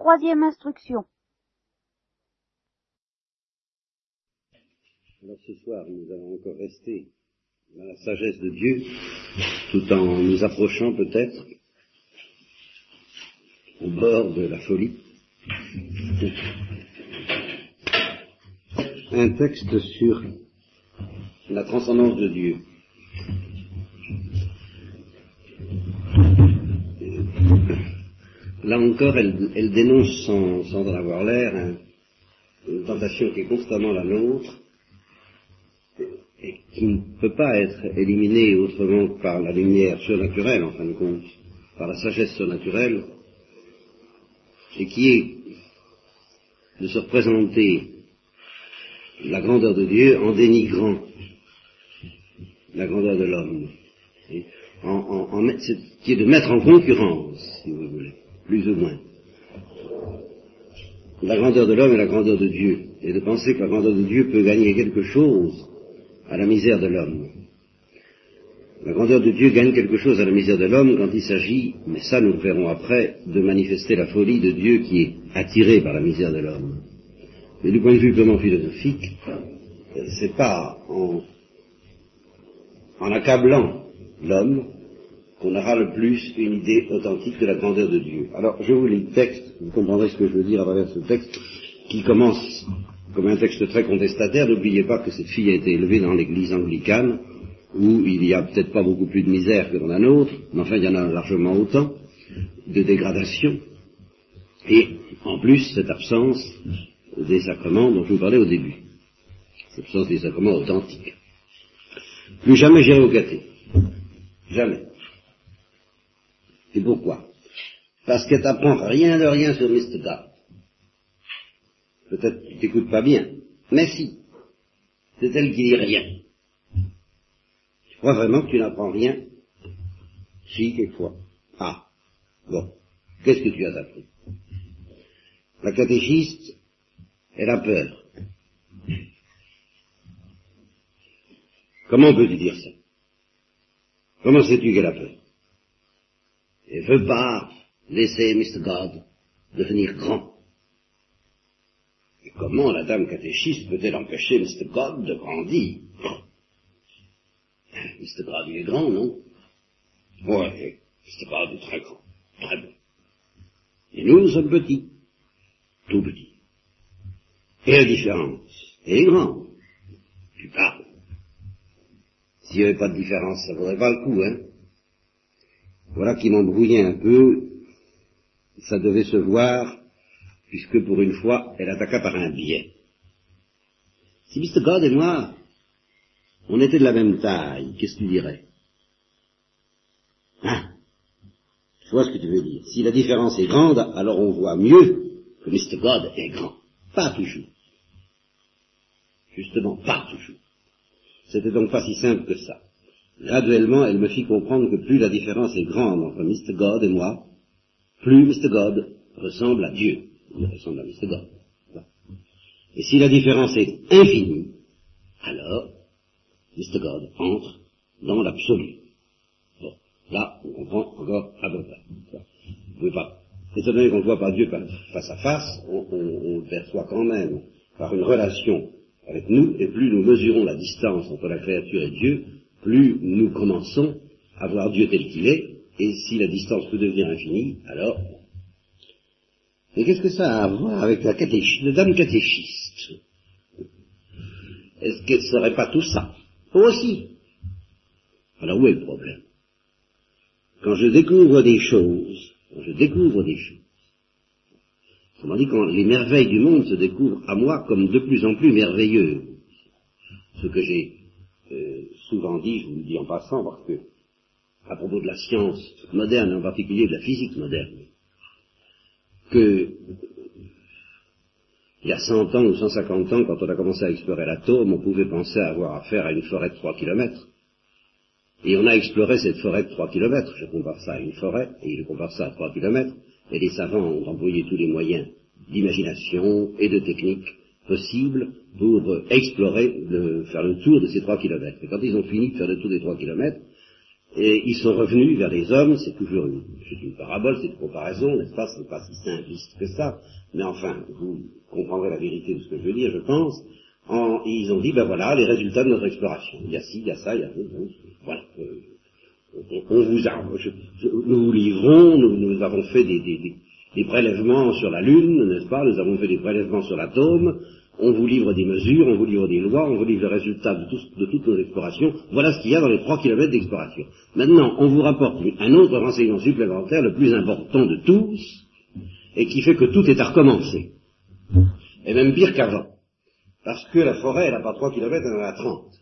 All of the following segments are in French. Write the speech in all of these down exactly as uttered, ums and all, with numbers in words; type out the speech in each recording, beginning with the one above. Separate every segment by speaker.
Speaker 1: Troisième instruction.
Speaker 2: Alors ce soir, nous allons encore rester dans la sagesse de Dieu, tout en nous approchant peut-être au bord de la folie. Un texte sur la transcendance de Dieu. Là encore, elle, elle dénonce sans, sans en avoir l'air hein, une tentation qui est constamment la nôtre et qui ne peut pas être éliminée autrement que par la lumière surnaturelle, en fin de compte, par la sagesse surnaturelle, et qui est de se représenter la grandeur de Dieu en dénigrant la grandeur de l'homme, et en, en, en, qui est de mettre en concurrence, si vous voulez, plus ou moins, la grandeur de l'homme et la grandeur de Dieu, et de penser que la grandeur de Dieu peut gagner quelque chose à la misère de l'homme. La grandeur de Dieu gagne quelque chose à la misère de l'homme quand il s'agit, mais ça nous le verrons après, de manifester la folie de Dieu qui est attirée par la misère de l'homme. Mais du point de vue purement philosophique, c'est pas en, en accablant l'homme qu'on aura le plus une idée authentique de la grandeur de Dieu. Alors, je vous lis le texte, vous comprendrez ce que je veux dire à travers ce texte, qui commence comme un texte très contestataire. N'oubliez pas que cette fille a été élevée dans l'église anglicane, où il y a peut-être pas beaucoup plus de misère que dans la nôtre, mais enfin il y en a largement autant, de dégradation, et en plus cette absence des sacrements dont je vous parlais au début, cette absence des sacrements authentiques. Plus jamais j'irai au caté, jamais. Et pourquoi? Parce qu'elle t'apprend rien de rien sur mister God. Peut-être que tu t'écoutes pas bien, mais si, c'est elle qui dit rien. Tu crois vraiment que tu n'apprends rien? Si, quelquefois. Ah, bon, qu'est-ce que tu as appris? La catéchiste, elle a peur. Comment peux-tu dire ça? Comment sais-tu qu'elle a peur? Elle ne veut pas laisser mister God devenir grand. Et comment la dame catéchiste peut-elle empêcher mister God de grandir? mister God, il est grand, non? Ouais, mister God est très grand, très bon. Et nous, nous sommes petits, tout petits. Et la différence, elle est grande. Tu parles. S'il n'y avait pas de différence, ça ne vaudrait pas le coup, hein? Voilà qui m'embrouillait un peu. Ça devait se voir, puisque pour une fois, elle attaqua par un biais. Si mister God et moi, on était de la même taille, qu'est-ce que tu dirais? Hein? Je vois ce que tu veux dire. Si la différence est grande, alors on voit mieux que mister God est grand. Pas toujours. Justement, pas toujours. C'était donc pas si simple que ça. Graduellement, elle me fit comprendre que plus la différence est grande entre mister God et moi, plus mister God ressemble à Dieu. Il ressemble à mister God. Et si la différence est infinie, alors mister God entre dans l'absolu. Bon, là, on comprend encore à peu près. Vous pouvez pas, étant donné qu'on ne voit pas Dieu face à face, on, on, on le perçoit quand même par une relation avec nous, et plus nous mesurons la distance entre la créature et Dieu, plus nous commençons à voir Dieu tel qu'il est, et si la distance peut devenir infinie, alors... Mais qu'est-ce que ça a à voir avec la catéchiste, la dame catéchiste? Est-ce qu'elle ne serait pas tout ça? Aussi. Alors où est le problème? Quand je découvre des choses, quand je découvre des choses, autrement dit, quand les merveilles du monde se découvrent à moi comme de plus en plus merveilleuses, ce que j'ai euh, souvent dit, je vous le dis en passant, parce que, à propos de la science moderne, en particulier de la physique moderne, que, il y a cent ans ou cent cinquante ans, quand on a commencé à explorer l'atome, on pouvait penser avoir affaire à une forêt de trois kilomètres. Et on a exploré cette forêt de trois kilomètres. Je compare ça à une forêt, et je compare ça à trois kilomètres, et les savants ont employé tous les moyens d'imagination et de technique possibles pour explorer, de faire le tour de ces trois kilomètres. Et quand ils ont fini de faire le tour des trois kilomètres, et ils sont revenus vers les hommes. C'est toujours une, c'est une parabole, c'est une comparaison, n'est-ce pas? Ce n'est pas si simpliste que ça, mais enfin, vous comprendrez la vérité de ce que je veux dire, je pense. En, ils ont dit, ben voilà, les résultats de notre exploration. Il y a ci, il y a ça, il y a... Voilà. Euh, on, on vous a... Je, je, nous vous livrons, nous, nous avons fait des, des, des, des prélèvements sur la Lune, n'est-ce pas? Nous avons fait des prélèvements sur l'atome. On vous livre des mesures, on vous livre des lois, on vous livre le résultat de, tout, de toutes nos explorations. Voilà ce qu'il y a dans les trois kilomètres d'exploration. Maintenant, on vous rapporte un autre renseignement supplémentaire, le plus important de tous, et qui fait que tout est à recommencer. Et même pire qu'avant. Parce que la forêt, elle n'a pas trois kilomètres, elle en a trente.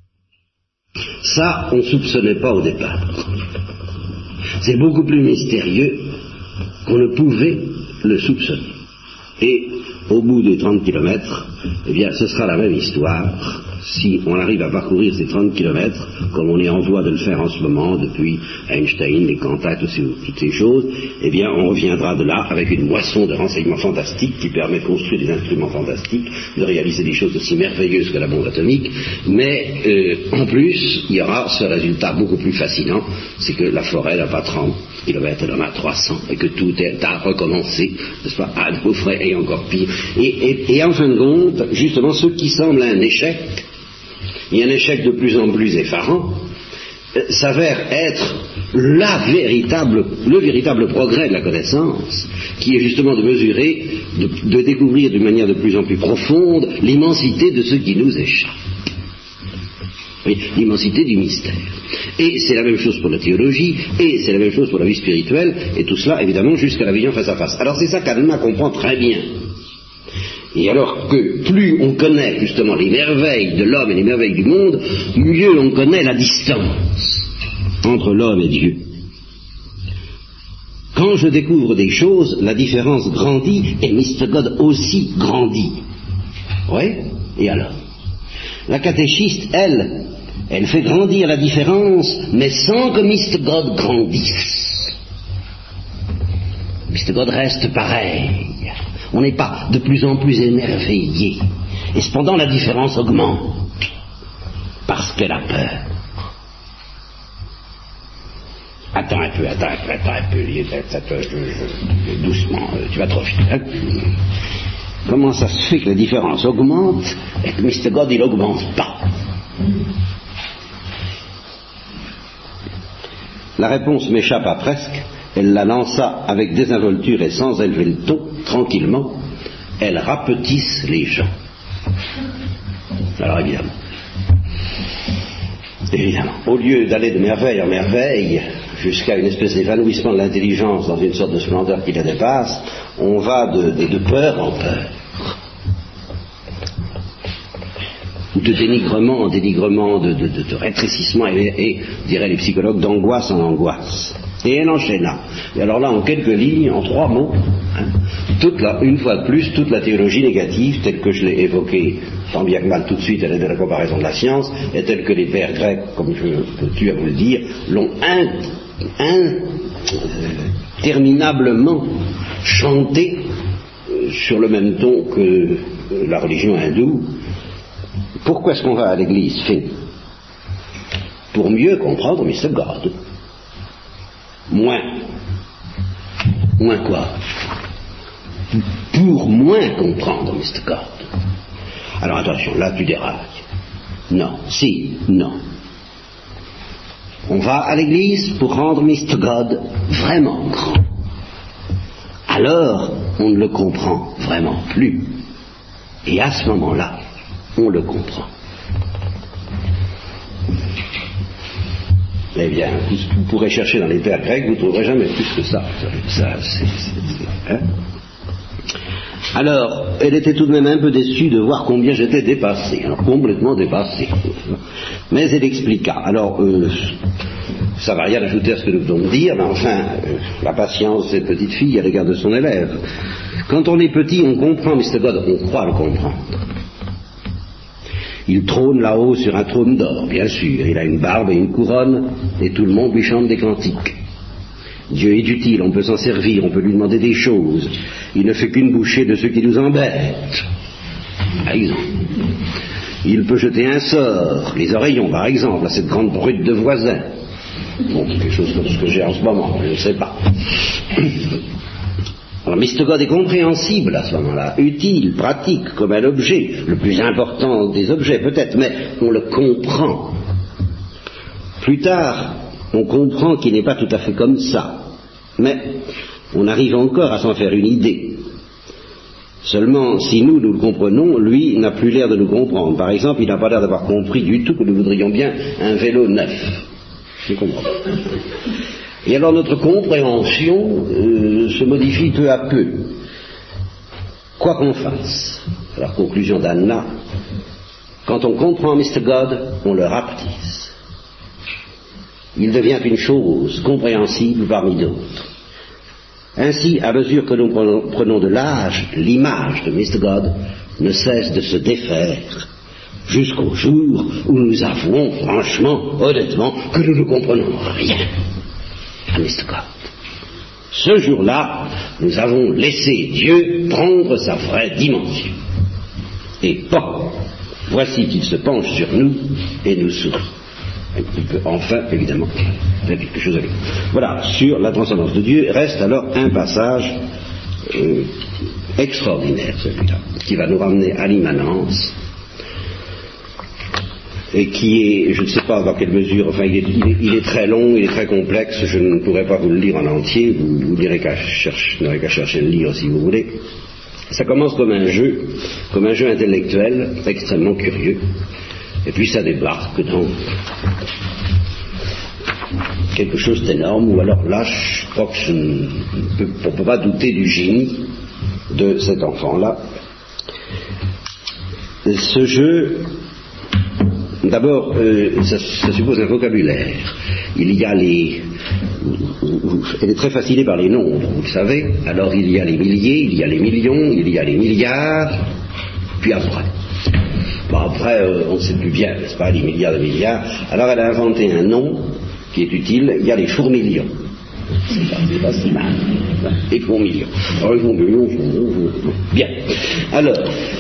Speaker 2: Ça, on ne soupçonnait pas au départ. C'est beaucoup plus mystérieux qu'on ne pouvait le soupçonner. Et au bout des trente kilomètres, eh bien, ce sera la même histoire. Si on arrive à parcourir ces trente kilomètres, comme on est en voie de le faire en ce moment, depuis Einstein, les Quanta, toutes ces, toutes ces choses, eh bien, on reviendra de là avec une moisson de renseignements fantastiques qui permet de construire des instruments fantastiques, de réaliser des choses aussi merveilleuses que la bombe atomique, mais euh, en plus, il y aura ce résultat beaucoup plus fascinant, c'est que la forêt n'a pas trente kilomètres, elle en a trois cents, et que tout est à recommencer, n'est-ce pas, à nouveau frais et encore pire. Et, et, et en fin de compte, justement, ce qui semble un échec, et un échec de plus en plus effarant, euh, s'avère être la véritable, le véritable progrès de la connaissance, qui est justement de mesurer, de, de découvrir d'une manière de plus en plus profonde l'immensité de ce qui nous échappe. Oui, l'immensité du mystère. Et c'est la même chose pour la théologie, et c'est la même chose pour la vie spirituelle, et tout cela, évidemment, jusqu'à la vision face à face. Alors c'est ça qu'Alma comprend très bien. Et alors que plus on connaît justement les merveilles de l'homme et les merveilles du monde, mieux on connaît la distance entre l'homme et Dieu. Quand je découvre des choses, la différence grandit, et mister God aussi grandit. Oui? Et alors? La catéchiste, elle, elle fait grandir la différence, mais sans que mister God grandisse. mister God reste pareil. On n'est pas de plus en plus émerveillé. Et cependant, la différence augmente. Parce qu'elle a peur. Attends un peu, attends un peu, attends un peu. Je, je, doucement, tu vas trop vite. Hein? Comment ça se fait que la différence augmente et que mister God, il n'augmente pas? La réponse m'échappa presque. Elle la lança avec désinvolture et sans élever le ton, tranquillement. Elle rapetisse les gens. Alors évidemment, évidemment, au lieu d'aller de merveille en merveille, jusqu'à une espèce d'évanouissement de l'intelligence dans une sorte de splendeur qui la dépasse, on va de, de, de peur en peur. De dénigrement en dénigrement, de, de, de, de rétrécissement et, et, diraient les psychologues, d'angoisse en angoisse. Et elle enchaîna. Et alors là, en quelques lignes, en trois mots, hein, toute la, une fois de plus, toute la théologie négative, telle que je l'ai évoquée, tant bien que mal tout de suite à l'aide de la comparaison de la science, et telle que les pères grecs, comme je peux tu à vous le dire, l'ont interminablement chantée euh, sur le même ton que euh, la religion hindoue. Pourquoi est-ce qu'on va à l'église, Finn? Pour mieux comprendre mister God. Moins. Moins quoi? Pour moins comprendre mister God. Alors attention, là tu dérailles. Non, si, non. On va à l'église pour rendre mister God vraiment grand. Alors, on ne le comprend vraiment plus. Et à ce moment-là, on le comprend. Eh bien, vous, vous pourrez chercher dans les pères grecs, vous ne trouverez jamais plus que ça. ça c'est, c'est, hein? Alors, elle était tout de même un peu déçue de voir combien j'étais dépassé, alors complètement dépassé. Mais elle expliqua. Alors, euh, ça va rien ajouter à ce que nous venons de dire, mais enfin, euh, la patience de cette petite fille à l'égard de son élève. Quand on est petit, on comprend mister God, on croit le comprendre. Il trône là-haut sur un trône d'or, bien sûr. Il a une barbe et une couronne, et tout le monde lui chante des cantiques. Dieu est utile, on peut s'en servir, on peut lui demander des choses. Il ne fait qu'une bouchée de ceux qui nous embêtent. Par exemple. Il peut jeter un sort, les oreillons par exemple, à cette grande brute de voisin. Bon, quelque chose comme ce que j'ai en ce moment, je ne sais pas. Alors, mister God est compréhensible à ce moment-là, utile, pratique, comme un objet, le plus important des objets peut-être, mais on le comprend. Plus tard, on comprend qu'il n'est pas tout à fait comme ça, mais on arrive encore à s'en faire une idée. Seulement, si nous, nous le comprenons, lui n'a plus l'air de nous comprendre. Par exemple, il n'a pas l'air d'avoir compris du tout que nous voudrions bien un vélo neuf. Je comprends. Et alors notre compréhension euh, se modifie peu à peu. Quoi qu'on fasse. Alors, conclusion d'Anna, quand on comprend mister God, on le rapetisse. Il devient une chose compréhensible parmi d'autres. Ainsi, à mesure que nous prenons, prenons de l'âge, l'image de mister God ne cesse de se défaire, jusqu'au jour où nous avouons franchement, honnêtement, que nous ne comprenons rien à mister God. Ce jour-là, nous avons laissé Dieu prendre sa vraie dimension. Et bon, voici qu'il se penche sur nous et nous sourit. Il peut enfin, évidemment, faire quelque chose avec. Voilà, sur la transcendance de Dieu, reste alors un passage euh, extraordinaire, celui-là, qui va nous ramener à l'immanence, et qui est, je ne sais pas dans quelle mesure, enfin il est, il est, il est très long, il est très complexe, je ne pourrais pas vous le lire en entier, vous, vous n'aurez qu'à chercher, qu'à chercher le livre si vous voulez. Ça commence comme un jeu, comme un jeu intellectuel, extrêmement curieux. Et puis ça débarque dans quelque chose d'énorme, ou alors là, je crois que je ne peux, on ne peut pas douter du génie de cet enfant-là. Ce jeu, d'abord, euh, ça, ça suppose un vocabulaire. Il y a les... Elle est très fascinée par les nombres, vous le savez. Alors il y a les milliers, il y a les millions, il y a les milliards, puis après... Bon, après, euh, on ne sait plus bien, n'est-ce pas, les milliards de milliards. Alors elle a inventé un nom qui est utile, il y a les fourmillions. C'est pas, c'est pas si mal. Les fourmillions. Alors les fourmillions, bien. Alors,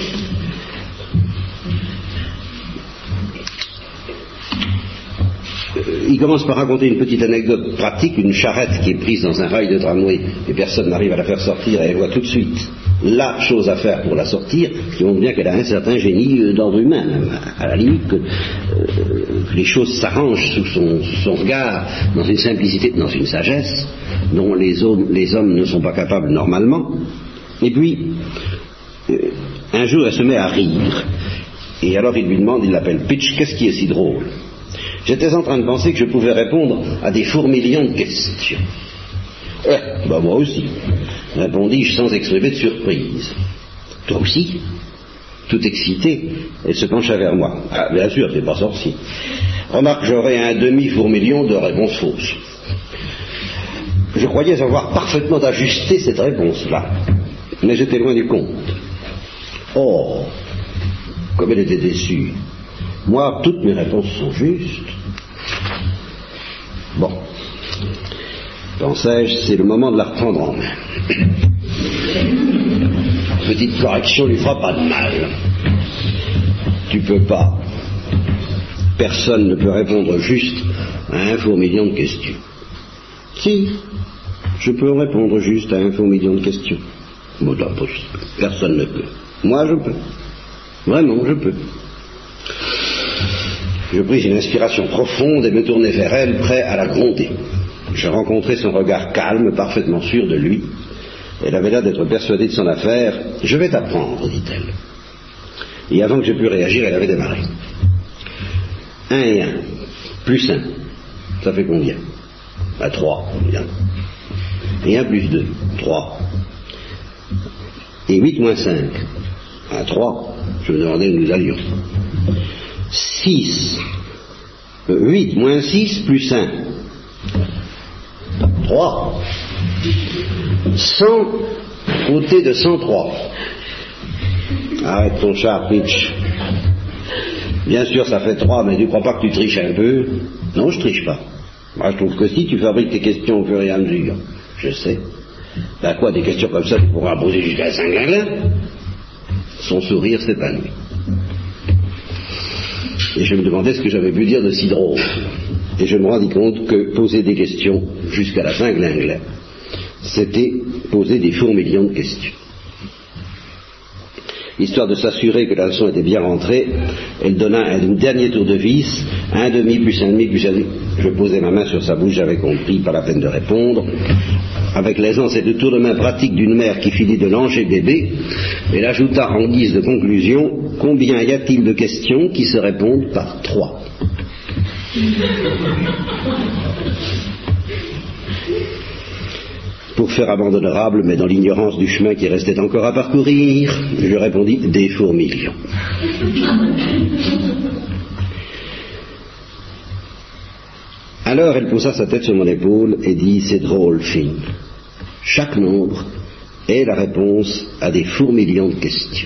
Speaker 2: il commence par raconter une petite anecdote pratique, une charrette qui est prise dans un rail de tramway et personne n'arrive à la faire sortir, et elle voit tout de suite la chose à faire pour la sortir, qui montre bien qu'elle a un certain génie d'ordre humain, à la limite que euh, les choses s'arrangent sous son, sous son regard, dans une simplicité, dans une sagesse dont les hommes, les hommes ne sont pas capables normalement. Et puis euh, un jour elle se met à rire, et alors il lui demande, il l'appelle Pitch, qu'est-ce qui est si drôle? J'étais en train de penser que je pouvais répondre à des fourmillions de questions. Eh, bah moi aussi, répondis-je sans exprimer de surprise. Toi aussi? Tout excité, elle se pencha vers moi. Ah, bien sûr, t'es pas sorcier. Remarque, j'aurais un demi-fourmillion de réponses fausses. Je croyais avoir parfaitement ajusté cette réponse-là, mais j'étais loin du compte. Oh, comme elle était déçue. Moi, toutes mes réponses sont justes. Bon, pensais-je, c'est le moment de la reprendre en main. Petite correction lui fera pas de mal. Tu peux pas. Personne ne peut répondre juste à un fourmillion de questions. Si, je peux répondre juste à un fourmillion de questions. Bon, c'est impossible. Personne ne peut. Moi, je peux. Vraiment, je peux. Je pris une inspiration profonde et me tournai vers elle, prêt à la gronder. Je rencontrai son regard calme, parfaitement sûr de lui. Elle avait l'air d'être persuadée de son affaire. « Je vais t'apprendre, dit-elle. » Et avant que je pus réagir, elle avait démarré. Un et un, plus un, ça fait combien? À trois, bien. Et un plus deux, trois. Et huit moins cinq, à trois, je me demandais où nous allions. six, huit moins six plus un, trois. cent côté de cent trois. Arrête ton chat, Pitch. Bien sûr, ça fait trois, mais tu crois pas que tu triches un peu? Non, je triche pas. Moi, je trouve que si tu fabriques tes questions au fur et à mesure, je sais. Ben quoi, des questions comme ça, tu pourras poser jusqu'à Saint-Glinglin? Son sourire s'épanouit. Et je me demandais ce que j'avais pu dire de si drôle. et je me rendis compte que poser des questions jusqu'à la fin glingler, c'était poser des fourmilions de questions. Histoire de s'assurer que la leçon était bien rentrée, elle donna un dernier tour de vis, un demi plus un demi plus un demi. Je posais ma main sur sa bouche, j'avais compris, pas la peine de répondre. Avec l'aisance et le tour de main pratique d'une mère qui finit de langer bébé, elle ajouta en guise de conclusion: combien y a-t-il de questions qui se répondent par trois? Pour faire amende honorable, mais dans l'ignorance du chemin qui restait encore à parcourir, je répondis: des fourmilions. Alors elle posa sa tête sur mon épaule et dit: c'est drôle, Finn. Chaque nombre est la réponse à des fourmilions de questions.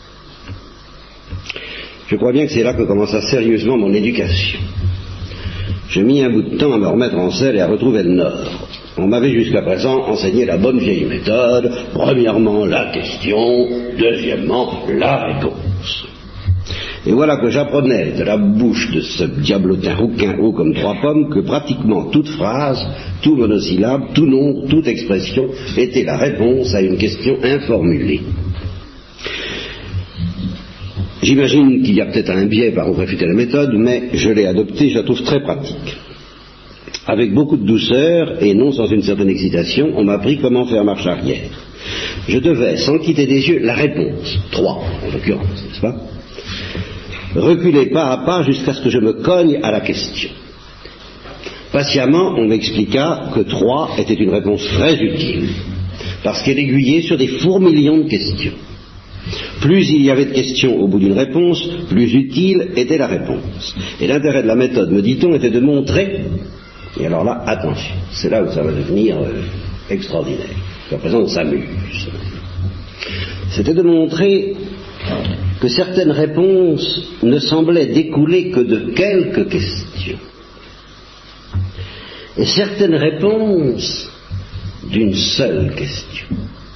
Speaker 2: Je crois bien que c'est là que commença sérieusement mon éducation. Je mis un bout de temps à me remettre en selle et à retrouver le nord. On m'avait jusqu'à présent enseigné la bonne vieille méthode: premièrement la question, deuxièmement la réponse. Et voilà que j'apprenais de la bouche de ce diablotin rouquin haut comme trois pommes que pratiquement toute phrase, tout monosyllabe, tout nombre, toute expression était la réponse à une question informulée. J'imagine qu'il y a peut-être un biais par où réfuter la méthode, mais je l'ai adoptée, je la trouve très pratique. Avec beaucoup de douceur et non sans une certaine excitation, on m'a appris comment faire marche arrière. Je devais, sans quitter des yeux, la réponse, trois en l'occurrence, n'est-ce pas, reculer pas à pas jusqu'à ce que je me cogne à la question. Patiemment, on m'expliqua que trois était une réponse très utile, parce qu'elle aiguillait sur des fourmilions de questions. Plus il y avait de questions au bout d'une réponse, plus utile était la réponse. Et l'intérêt de la méthode, me dit-on, était de montrer, et alors là, attention, c'est là où ça va devenir euh, extraordinaire. Jusqu'à présent, on s'amuse. C'était de montrer que certaines réponses ne semblaient découler que de quelques questions, et certaines réponses d'une seule question.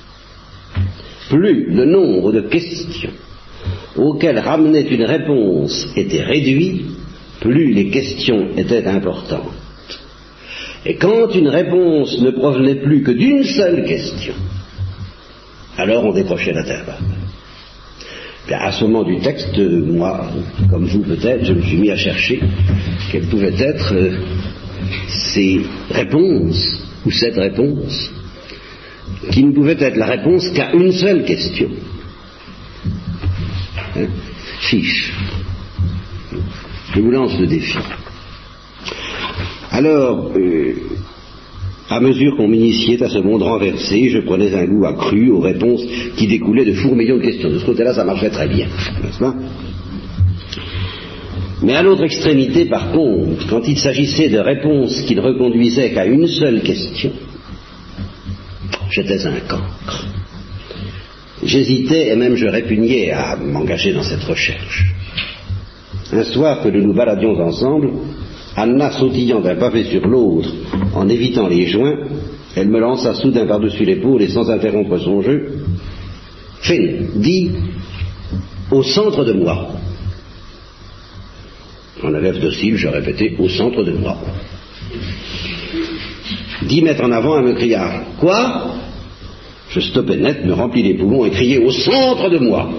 Speaker 2: Plus le nombre de questions auxquelles ramenait une réponse était réduit, plus les questions étaient importantes. Et quand une réponse ne provenait plus que d'une seule question, alors on décrochait l'intervalle. À ce moment du texte, moi, comme vous peut-être, je me suis mis à chercher quelles pouvaient être euh, ces réponses, ou cette réponse, qui ne pouvait être la réponse qu'à une seule question. Hein? Fiche. Je vous lance le défi. Alors, euh, à mesure qu'on m'initiait à ce monde renversé, je prenais un goût accru aux réponses qui découlaient de fourmilions de questions. De ce côté-là, ça marchait très bien, n'est-ce pas? Mais à l'autre extrémité, par contre, quand il s'agissait de réponses qui ne reconduisaient qu'à une seule question, j'étais un cancre. J'hésitais et même je répugnais à m'engager dans cette recherche. Un soir que nous nous baladions ensemble, Anna sautillant d'un pavé sur l'autre en évitant les joints, elle me lança soudain par-dessus l'épaule et sans interrompre son jeu: Finn, dis au centre de moi. En élève docile, je répétais: au centre de moi. Dix mètres en avant, elle me cria: quoi? Je stoppais net, me remplis les poumons et criai: au centre de moi.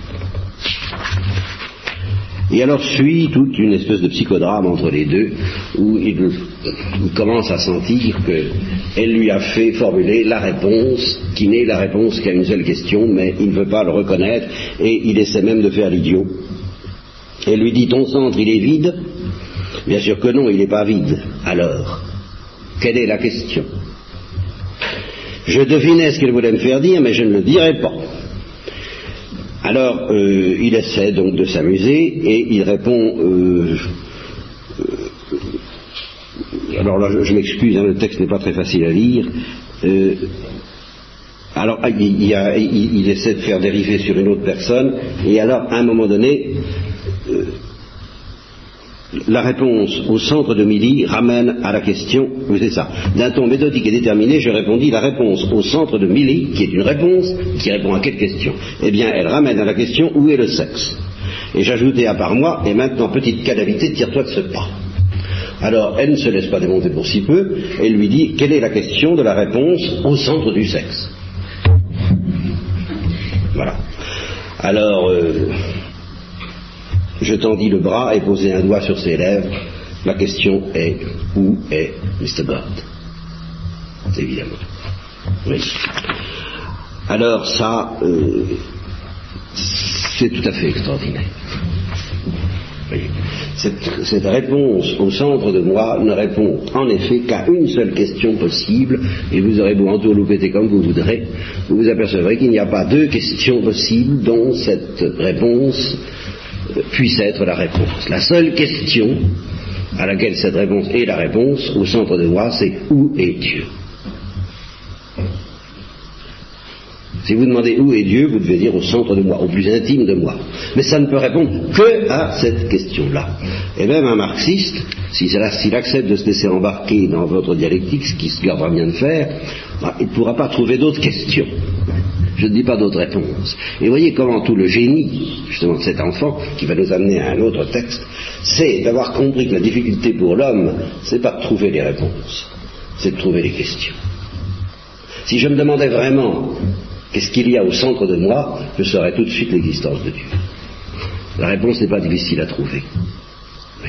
Speaker 2: Et alors suit toute une espèce de psychodrame entre les deux, où il, il commence à sentir qu'elle lui a fait formuler la réponse, qui n'est la réponse qu'à une seule question, mais il ne veut pas le reconnaître, et il essaie même de faire l'idiot. Elle lui dit: ton centre, il est vide? Bien sûr que non, il n'est pas vide. Alors, quelle est la question? Je devinais ce qu'elle voulait me faire dire, mais je ne le dirai pas. Alors, euh, il essaie donc de s'amuser, et il répond... Euh, euh, alors là, je, je m'excuse, hein, le texte n'est pas très facile à lire. Euh, alors, il, il, a, il, il essaie de faire dériver sur une autre personne, et alors, à un moment donné... Euh, la réponse au centre de Milly ramène à la question, vous savez ça, d'un ton méthodique et déterminé, je répondis: la réponse au centre de Milly, qui est une réponse, qui répond à quelle question? Eh bien, elle ramène à la question: où est le sexe? Et j'ajoutais à part moi: et maintenant, petite calamité, tire-toi de ce pas. Alors, elle ne se laisse pas démonter pour si peu, elle lui dit, quelle est la question de la réponse au centre du sexe? Voilà. Alors, euh, je tendis le bras et posai un doigt sur ses lèvres. La question est, où est mister God? Évidemment. Oui. Alors ça, euh, c'est tout à fait extraordinaire. Oui. Cette, cette réponse au centre de moi ne répond en effet qu'à une seule question possible, et vous aurez beau entourloupeter comme vous voudrez, vous vous apercevrez qu'il n'y a pas deux questions possibles dont cette réponse puisse être la réponse. La seule question à laquelle cette réponse est la réponse au centre de moi, c'est où est Dieu? Si vous demandez où est Dieu, vous devez dire au centre de moi, au plus intime de moi. Mais ça ne peut répondre que à cette question-là. Et même un marxiste, s'il accepte de se laisser embarquer dans votre dialectique, ce qu'il se gardera bien de faire, bah, il ne pourra pas trouver d'autres questions. Je ne dis pas d'autres réponses. Et voyez comment tout le génie, justement, de cet enfant, qui va nous amener à un autre texte, c'est d'avoir compris que la difficulté pour l'homme, c'est pas de trouver les réponses, c'est de trouver les questions. Si je me demandais vraiment qu'est-ce qu'il y a au centre de moi, je saurais tout de suite l'existence de Dieu. La réponse n'est pas difficile à trouver. Oui.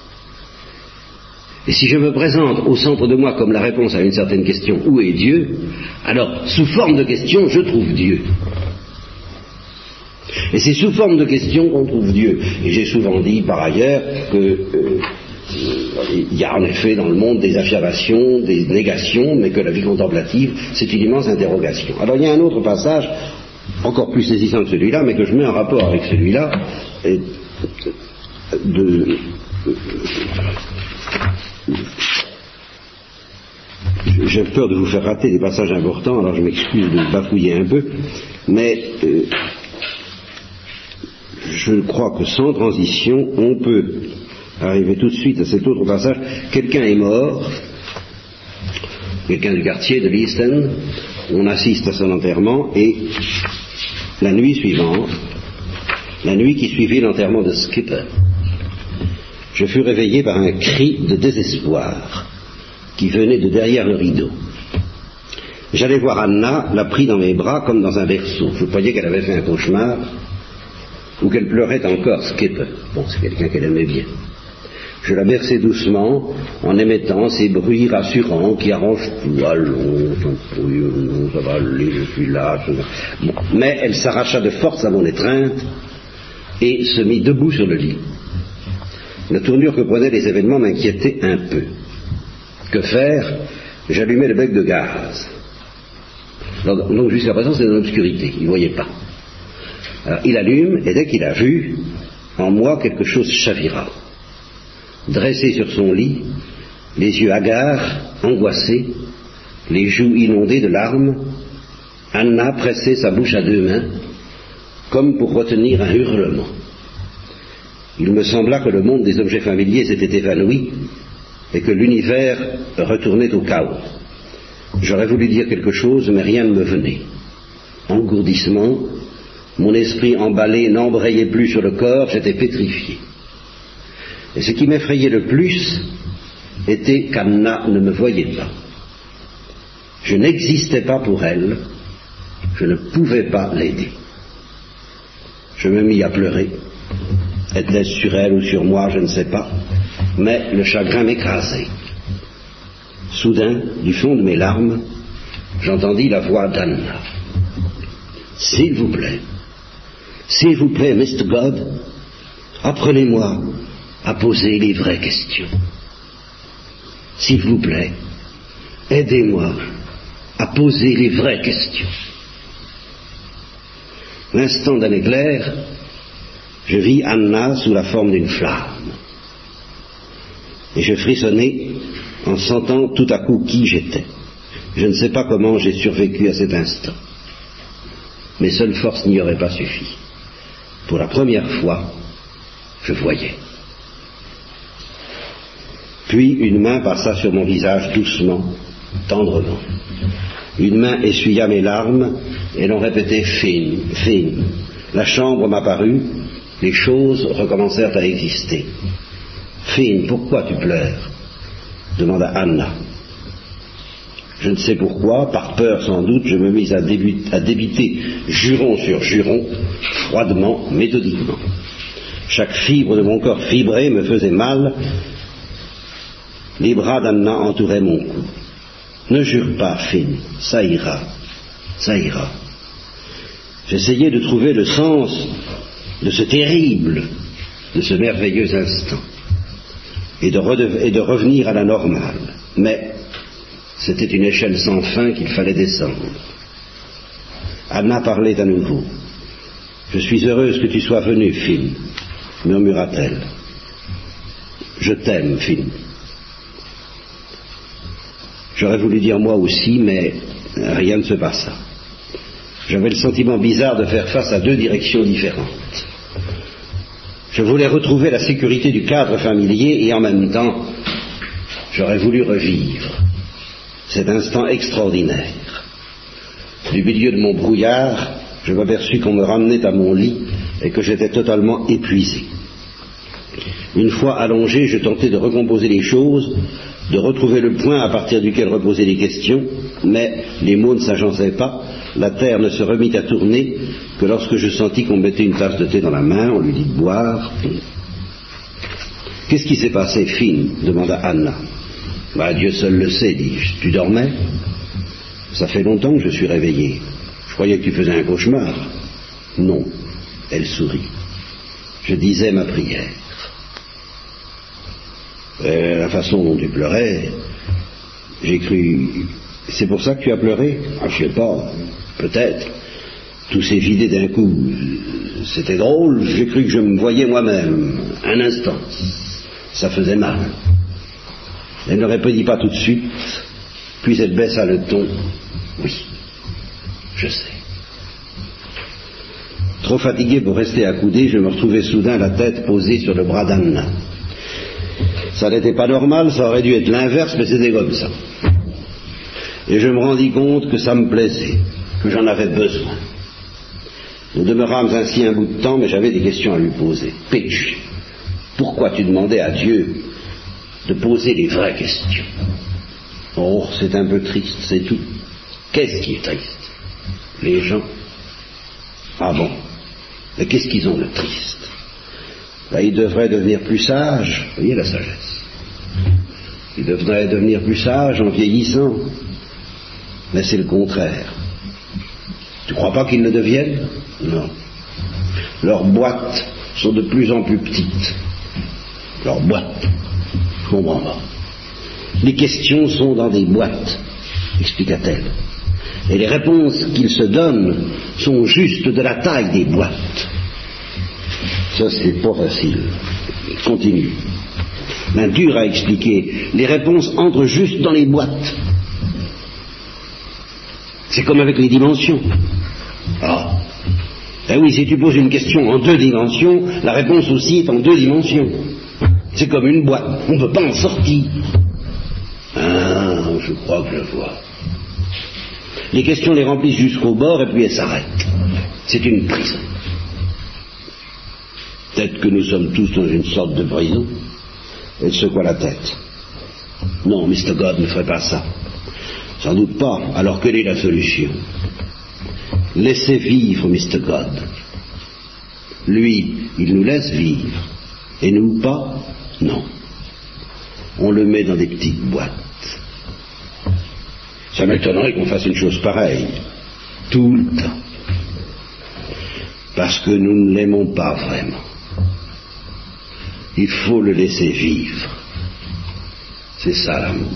Speaker 2: Et si je me présente au centre de moi comme la réponse à une certaine question, où est Dieu? Alors, sous forme de question, je trouve Dieu. Et c'est sous forme de question qu'on trouve Dieu. Et j'ai souvent dit, par ailleurs, que euh, il y a en effet dans le monde des affirmations, des négations, mais que la vie contemplative, c'est une immense interrogation. Alors il y a un autre passage, encore plus saisissant que celui-là, mais que je mets en rapport avec celui-là, et de... J'ai peur de vous faire rater des passages importants, alors je m'excuse de bafouiller un peu, mais euh, je crois que sans transition, on peut arriver tout de suite à cet autre passage. Quelqu'un est mort, quelqu'un du quartier de l'Easton, on assiste à son enterrement, et la nuit suivante, la nuit qui suivit l'enterrement de Skipper, je fus réveillé par un cri de désespoir qui venait de derrière le rideau. J'allais voir Anna, la pris dans mes bras comme dans un berceau. Je croyais qu'elle avait fait un cauchemar ou qu'elle pleurait encore. Skipper, bon, c'est quelqu'un qu'elle aimait bien. Je la berçai doucement en émettant ces bruits rassurants qui arrangent tout. Allons, non, ça va aller, je suis là. Je... Bon. Mais elle s'arracha de force à mon étreinte et se mit debout sur le lit. La tournure que prenaient les événements m'inquiétait un peu. Que faire? J'allumai le bec de gaz. Donc, donc jusqu'à présent c'était dans l'obscurité, il ne voyait pas. Alors il allume, et dès qu'il a vu, en moi quelque chose chavira. Dressé sur son lit, les yeux hagards, angoissés, les joues inondées de larmes, Anna pressait sa bouche à deux mains, comme pour retenir un hurlement. Il me sembla que le monde des objets familiers s'était évanoui, et que l'univers retournait au chaos. J'aurais voulu dire quelque chose, mais rien ne me venait. Engourdissement, mon esprit emballé n'embrayait plus sur le corps, j'étais pétrifié. Et ce qui m'effrayait le plus était qu'Anna ne me voyait pas. Je n'existais pas pour elle, je ne pouvais pas l'aider. Je me mis à pleurer. Était-ce sur elle ou sur moi, je ne sais pas, mais le chagrin m'écrasait. Soudain, du fond de mes larmes, j'entendis la voix d'Anna. « S'il vous plaît, s'il vous plaît, mister God, apprenez-moi à poser les vraies questions. S'il vous plaît, aidez-moi à poser les vraies questions. » L'instant d'un éclair, je vis Anna sous la forme d'une flamme. Et je frissonnai en sentant tout à coup qui j'étais. Je ne sais pas comment j'ai survécu à cet instant. Mes seules forces n'y auraient pas suffi. Pour la première fois, je voyais. Puis une main passa sur mon visage doucement, tendrement. Une main essuya mes larmes et l'on répétait fine, fine. La chambre m'apparut, les choses recommencèrent à exister. Fine, pourquoi tu pleures? demanda Anna. Je ne sais pourquoi, par peur sans doute, je me mis à, début, à débiter juron sur juron, froidement, méthodiquement. Chaque fibre de mon corps fibré me faisait mal. Les bras d'Anna entouraient mon cou. Ne jure pas, Finn, ça ira, ça ira. J'essayais de trouver le sens de ce terrible, de ce merveilleux instant, et de, redev- et de revenir à la normale. Mais c'était une échelle sans fin qu'il fallait descendre. Anna parlait à nouveau. « Je suis heureuse que tu sois venu, Finn, » murmura-t-elle. « Je t'aime, Finn. » J'aurais voulu dire moi aussi, mais rien ne se passa. J'avais le sentiment bizarre de faire face à deux directions différentes. Je voulais retrouver la sécurité du cadre familier et en même temps, j'aurais voulu revivre cet instant extraordinaire. Du milieu de mon brouillard, je m'aperçus qu'on me ramenait à mon lit et que j'étais totalement épuisé. Une fois allongé, je tentais de recomposer les choses, de retrouver le point à partir duquel reposaient les questions, mais les mots ne s'agençaient pas, la terre ne se remit à tourner que lorsque je sentis qu'on mettait une tasse de thé dans la main, on lui dit de boire. « Qu'est-ce qui s'est passé, Finn ?» demanda Anna. « Bah, Dieu seul le sait, dis-je. Tu dormais ? Ça fait longtemps que je suis réveillé. Je croyais que tu faisais un cauchemar. » « Non. » Elle sourit. Je disais ma prière. Et la façon dont tu pleurais, j'ai cru... C'est pour ça que tu as pleuré ? Ah, je sais pas, peut-être. Tout s'est vidé d'un coup. C'était drôle, j'ai cru que je me voyais moi-même. Un instant. Ça faisait mal. Elle ne répondit pas tout de suite, puis elle baissa le ton. Oui, je sais. Trop fatigué pour rester accoudé, je me retrouvais soudain la tête posée sur le bras d'Anna. Ça n'était pas normal, ça aurait dû être l'inverse, mais c'était comme ça. Et je me rendis compte que ça me plaisait, que j'en avais besoin. Nous demeurâmes ainsi un bout de temps, mais j'avais des questions à lui poser. Pitch, pourquoi tu demandais à Dieu de poser les vraies questions ? Oh, c'est un peu triste, c'est tout. Qu'est-ce qui est triste ? Les gens. Ah bon ? Mais qu'est-ce qu'ils ont de triste ? Ben, ils devraient devenir plus sages. Vous voyez la sagesse. Ils devraient devenir plus sages en vieillissant. Mais c'est le contraire. Tu crois pas qu'ils le deviennent ? Non. Leurs boîtes sont de plus en plus petites. Leurs boîtes. Je comprends pas. Les questions sont dans des boîtes, expliqua-t-elle. Et les réponses qu'ils se donnent sont juste de la taille des boîtes. Ça, c'est pas facile. Continue. Ben, dur à expliquer. Les réponses entrent juste dans les boîtes. C'est comme avec les dimensions. Ah. Ben oui, si tu poses une question en deux dimensions, la réponse aussi est en deux dimensions. C'est comme une boîte. On ne peut pas en sortir. Ah, je crois que je vois. Les questions les remplissent jusqu'au bord et puis elles s'arrêtent. C'est une prison. Peut-être que nous sommes tous dans une sorte de prison. Elle secoua la tête. Non, mister God ne ferait pas ça. Sans doute pas. Alors quelle est la solution ? Laissez vivre mister God. Lui, il nous laisse vivre. Et nous pas ? Non. On le met dans des petites boîtes. Ça m'étonnerait qu'on fasse une chose pareille. Tout le temps. Parce que nous ne l'aimons pas vraiment. Il faut le laisser vivre. C'est ça l'amour.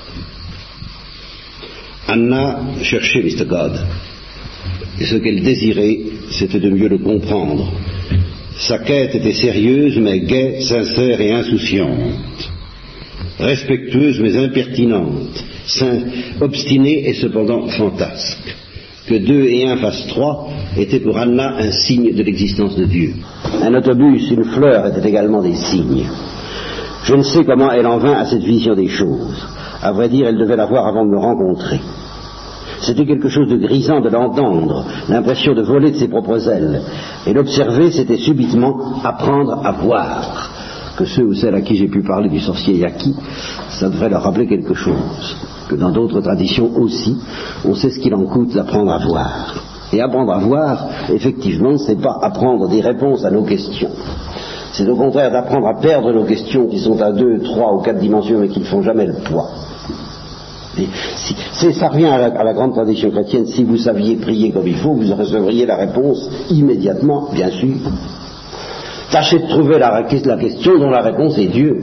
Speaker 2: Anna cherchait mister God. Et ce qu'elle désirait, c'était de mieux le comprendre. Sa quête était sérieuse, mais gaie, sincère et insouciante. Respectueuse, mais impertinente. Obstinée et cependant fantasque. Que deux et un fassent trois était pour Anna un signe de l'existence de Dieu. Un autobus, une fleur étaient également des signes. Je ne sais comment elle en vint à cette vision des choses. À vrai dire, elle devait l'avoir avant de me rencontrer. C'était quelque chose de grisant de l'entendre, l'impression de voler de ses propres ailes. Et l'observer, c'était subitement apprendre à voir. que ceux ou celles à qui j'ai pu parler du sorcier Yaki, ça devrait leur rappeler quelque chose, que dans d'autres traditions aussi, on sait ce qu'il en coûte d'apprendre à voir. Et apprendre à voir, effectivement, c'est pas apprendre des réponses à nos questions. C'est au contraire d'apprendre à perdre nos questions qui sont à deux, trois ou quatre dimensions mais qui ne font jamais le poids. Et si, c'est, ça revient à la, à la grande tradition chrétienne. Si vous saviez prier comme il faut, vous recevriez la réponse immédiatement, bien sûr. Tâchez de trouver la, la question dont la réponse est Dieu.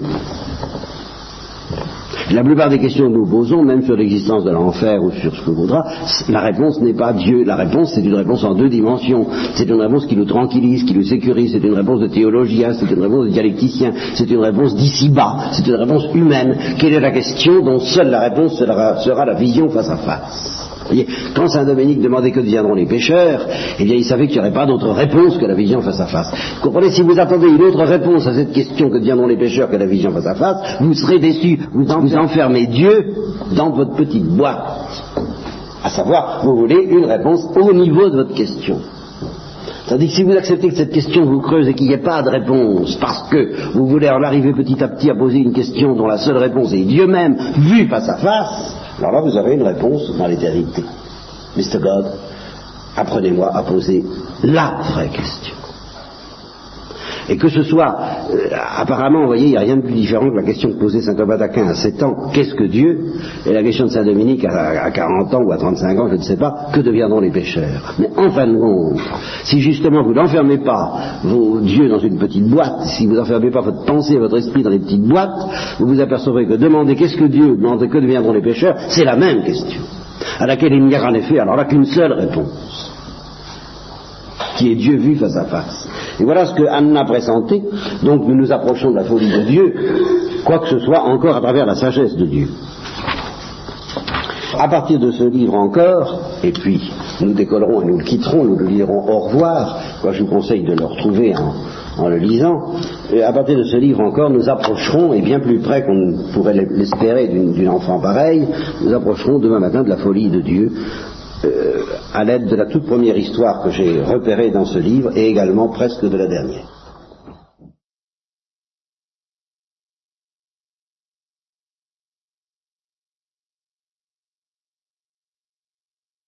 Speaker 2: La plupart des questions que nous posons, même sur l'existence de l'enfer ou sur ce que voudra, la réponse n'est pas Dieu. La réponse, c'est une réponse en deux dimensions. C'est une réponse qui nous tranquillise, qui nous sécurise. C'est une réponse de théologien, c'est une réponse de dialecticien, c'est une réponse d'ici-bas, c'est une réponse humaine. Quelle est la question dont seule la réponse sera, sera la vision face à face? Vous voyez, quand saint Dominique demandait que deviendront les pécheurs, eh bien il savait qu'il n'y aurait pas d'autre réponse que la vision face à face. Vous comprenez, si vous attendez une autre réponse à cette question que deviendront les pécheurs que la vision face à face, vous serez déçus. Vous, vous enfermez Dieu dans votre petite boîte. À savoir, vous voulez une réponse au niveau de votre question. Tandis que si vous acceptez que cette question vous creuse et qu'il n'y ait pas de réponse, parce que vous voulez en arriver petit à petit à poser une question dont la seule réponse est Dieu même, vu face à face, alors là vous avez une réponse dans l'éternité. mister God, apprenez-moi à poser la vraie question. Et que ce soit, euh, apparemment, vous voyez, il n'y a rien de plus différent que la question que posait saint Thomas d'Aquin à sept ans, qu'est-ce que Dieu? Et la question de saint Dominique à, à quarante ans ou à trente-cinq ans, je ne sais pas, que deviendront les pécheurs? Mais en fin de compte, si justement vous n'enfermez pas vos dieux dans une petite boîte, si vous n'enfermez pas votre pensée et votre esprit dans des petites boîtes, vous vous apercevrez que demander qu'est-ce que Dieu, demander que deviendront les pécheurs, c'est la même question, à laquelle il n'y a en effet alors là qu'une seule réponse, qui est Dieu vu face à face. Et voilà ce que Anna pressentait. Donc nous nous approchons de la folie de Dieu, quoi que ce soit encore à travers la sagesse de Dieu. À partir de ce livre encore, et puis nous décollerons et nous le quitterons, nous le lirons au revoir, quoi, je vous conseille de le retrouver en, en le lisant, et à partir de ce livre encore, nous approcherons, et bien plus près qu'on pourrait l'espérer d'une, d'une enfant pareille, nous approcherons demain matin de la folie de Dieu, Euh, à l'aide de la toute première histoire que j'ai repérée dans ce livre et également presque de la dernière.